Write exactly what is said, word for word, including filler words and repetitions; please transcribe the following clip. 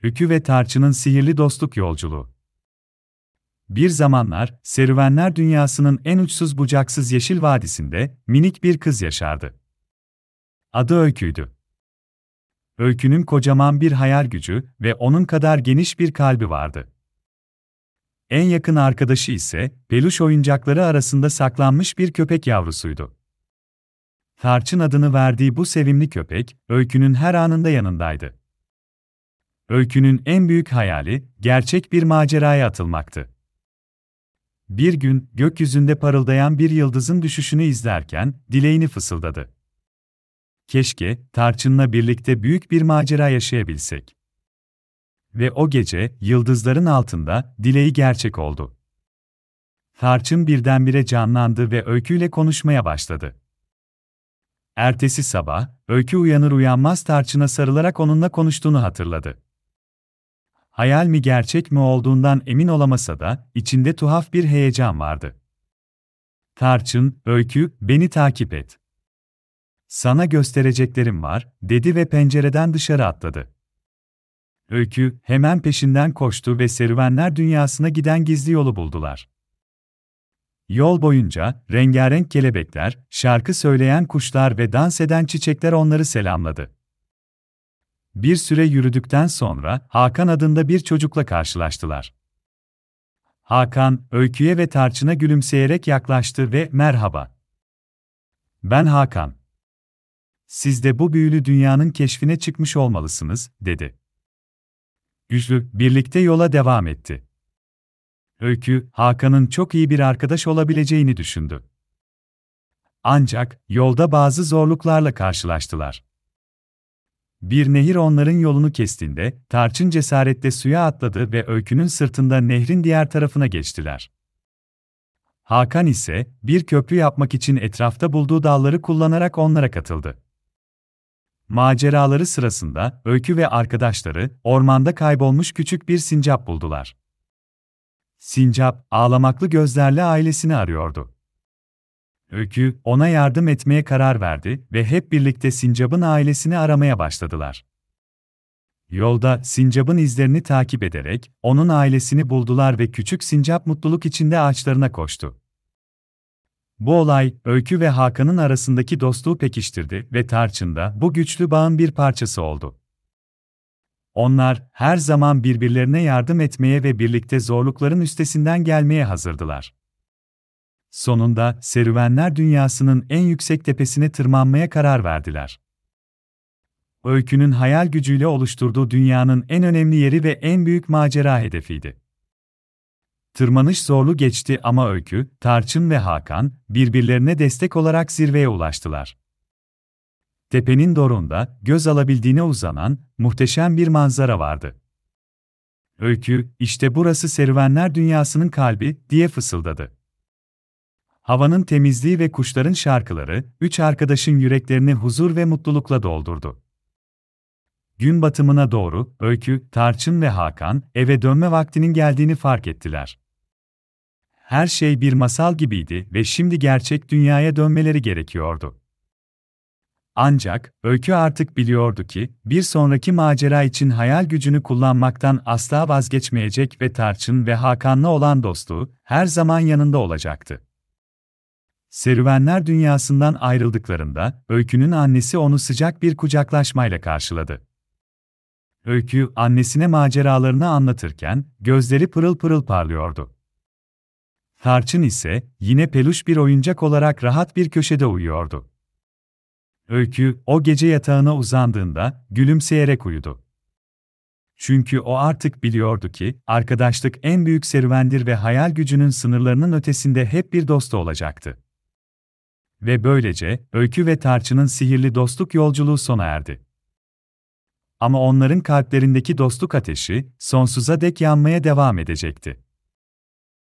Öykü ve Tarçın'ın sihirli dostluk yolculuğu. Bir zamanlar, serüvenler dünyasının en uçsuz bucaksız yeşil vadisinde minik bir kız yaşardı. Adı Öykü'ydü. Öykü'nün kocaman bir hayal gücü ve onun kadar geniş bir kalbi vardı. En yakın arkadaşı ise peluş oyuncakları arasında saklanmış bir köpek yavrusuydu. Tarçın adını verdiği bu sevimli köpek, Öykü'nün her anında yanındaydı. Öykü'nün en büyük hayali, gerçek bir maceraya atılmaktı. Bir gün, gökyüzünde parıldayan bir yıldızın düşüşünü izlerken, dileğini fısıldadı. Keşke, Tarçın'la birlikte büyük bir macera yaşayabilsek. Ve o gece, yıldızların altında, dileği gerçek oldu. Tarçın birdenbire canlandı ve Öykü'yle konuşmaya başladı. Ertesi sabah, Öykü uyanır uyanmaz Tarçın'a sarılarak onunla konuştuğunu hatırladı. Hayal mi gerçek mi olduğundan emin olamasa da, içinde tuhaf bir heyecan vardı. Tarçın, "Öykü, beni takip et. Sana göstereceklerim var," dedi ve pencereden dışarı atladı. Öykü, hemen peşinden koştu ve serüvenler dünyasına giden gizli yolu buldular. Yol boyunca, rengarenk kelebekler, şarkı söyleyen kuşlar ve dans eden çiçekler onları selamladı. Bir süre yürüdükten sonra, Hakan adında bir çocukla karşılaştılar. Hakan, Öykü'ye ve Tarçın'a gülümseyerek yaklaştı ve "Merhaba. Ben Hakan. Siz de bu büyülü dünyanın keşfine çıkmış olmalısınız," dedi. Üçlü, birlikte yola devam etti. Öykü, Hakan'ın çok iyi bir arkadaş olabileceğini düşündü. Ancak, yolda bazı zorluklarla karşılaştılar. Bir nehir onların yolunu kestiğinde, Tarçın cesaretle suya atladı ve Öykü'nün sırtında nehrin diğer tarafına geçtiler. Hakan ise, bir köprü yapmak için etrafta bulduğu dalları kullanarak onlara katıldı. Maceraları sırasında, Öykü ve arkadaşları, ormanda kaybolmuş küçük bir sincap buldular. Sincap, ağlamaklı gözlerle ailesini arıyordu. Öykü, ona yardım etmeye karar verdi ve hep birlikte sincapın ailesini aramaya başladılar. Yolda, sincapın izlerini takip ederek, onun ailesini buldular ve küçük sincap mutluluk içinde ağaçlarına koştu. Bu olay, Öykü ve Hakan'ın arasındaki dostluğu pekiştirdi ve Tarçın da bu güçlü bağın bir parçası oldu. Onlar, her zaman birbirlerine yardım etmeye ve birlikte zorlukların üstesinden gelmeye hazırdılar. Sonunda, serüvenler dünyasının en yüksek tepesine tırmanmaya karar verdiler. Öykü'nün hayal gücüyle oluşturduğu dünyanın en önemli yeri ve en büyük macera hedefiydi. Tırmanış zorlu geçti ama Öykü, Tarçın ve Hakan, birbirlerine destek olarak zirveye ulaştılar. Tepenin doruğunda, göz alabildiğine uzanan, muhteşem bir manzara vardı. Öykü, "İşte burası serüvenler dünyasının kalbi," diye fısıldadı. Havanın temizliği ve kuşların şarkıları, üç arkadaşın yüreklerini huzur ve mutlulukla doldurdu. Gün batımına doğru, Öykü, Tarçın ve Hakan, eve dönme vaktinin geldiğini fark ettiler. Her şey bir masal gibiydi ve şimdi gerçek dünyaya dönmeleri gerekiyordu. Ancak, Öykü artık biliyordu ki, bir sonraki macera için hayal gücünü kullanmaktan asla vazgeçmeyecek ve Tarçın ve Hakan'la olan dostluğu, her zaman yanında olacaktı. Serüvenler dünyasından ayrıldıklarında, Öykü'nün annesi onu sıcak bir kucaklaşmayla karşıladı. Öykü, annesine maceralarını anlatırken, gözleri pırıl pırıl parlıyordu. Tarçın ise, yine peluş bir oyuncak olarak rahat bir köşede uyuyordu. Öykü, o gece yatağına uzandığında, gülümseyerek uyudu. Çünkü o artık biliyordu ki, arkadaşlık en büyük serüvendir ve hayal gücünün sınırlarının ötesinde hep bir dostu olacaktı. Ve böylece, Öykü ve Tarçın'ın sihirli dostluk yolculuğu sona erdi. Ama onların kalplerindeki dostluk ateşi, sonsuza dek yanmaya devam edecekti.